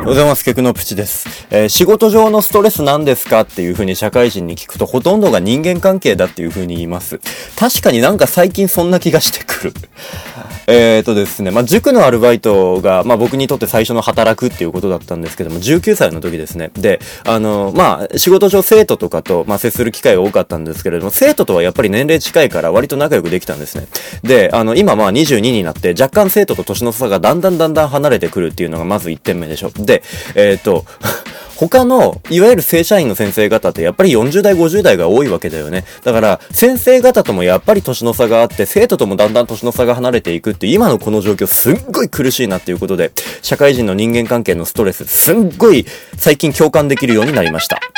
おはようございます。ケクノプチです。仕事上のストレスなんですかっていう風に社会人に聞くとほとんどが人間関係だっていう風に言います。確かになんか最近そんな気がしてくる。ですね、塾のアルバイトが、僕にとって最初の働くっていうことだったんですけども、19歳の時ですね。で、仕事上生徒とかと、接する機会が多かったんですけれども、生徒とはやっぱり年齢近いから割と仲良くできたんですね。で、今22になって若干生徒と年の差がだんだん離れてくるっていうのがまず1点目でしょ。で、他の、いわゆる正社員の先生方ってやっぱり40代、50代が多いわけだよね。だから、先生方ともやっぱり年の差があって、生徒ともだんだん年の差が離れていくっていう今のこの状況すっごい苦しいなっていうことで、社会人の人間関係のストレスすっごい最近共感できるようになりました。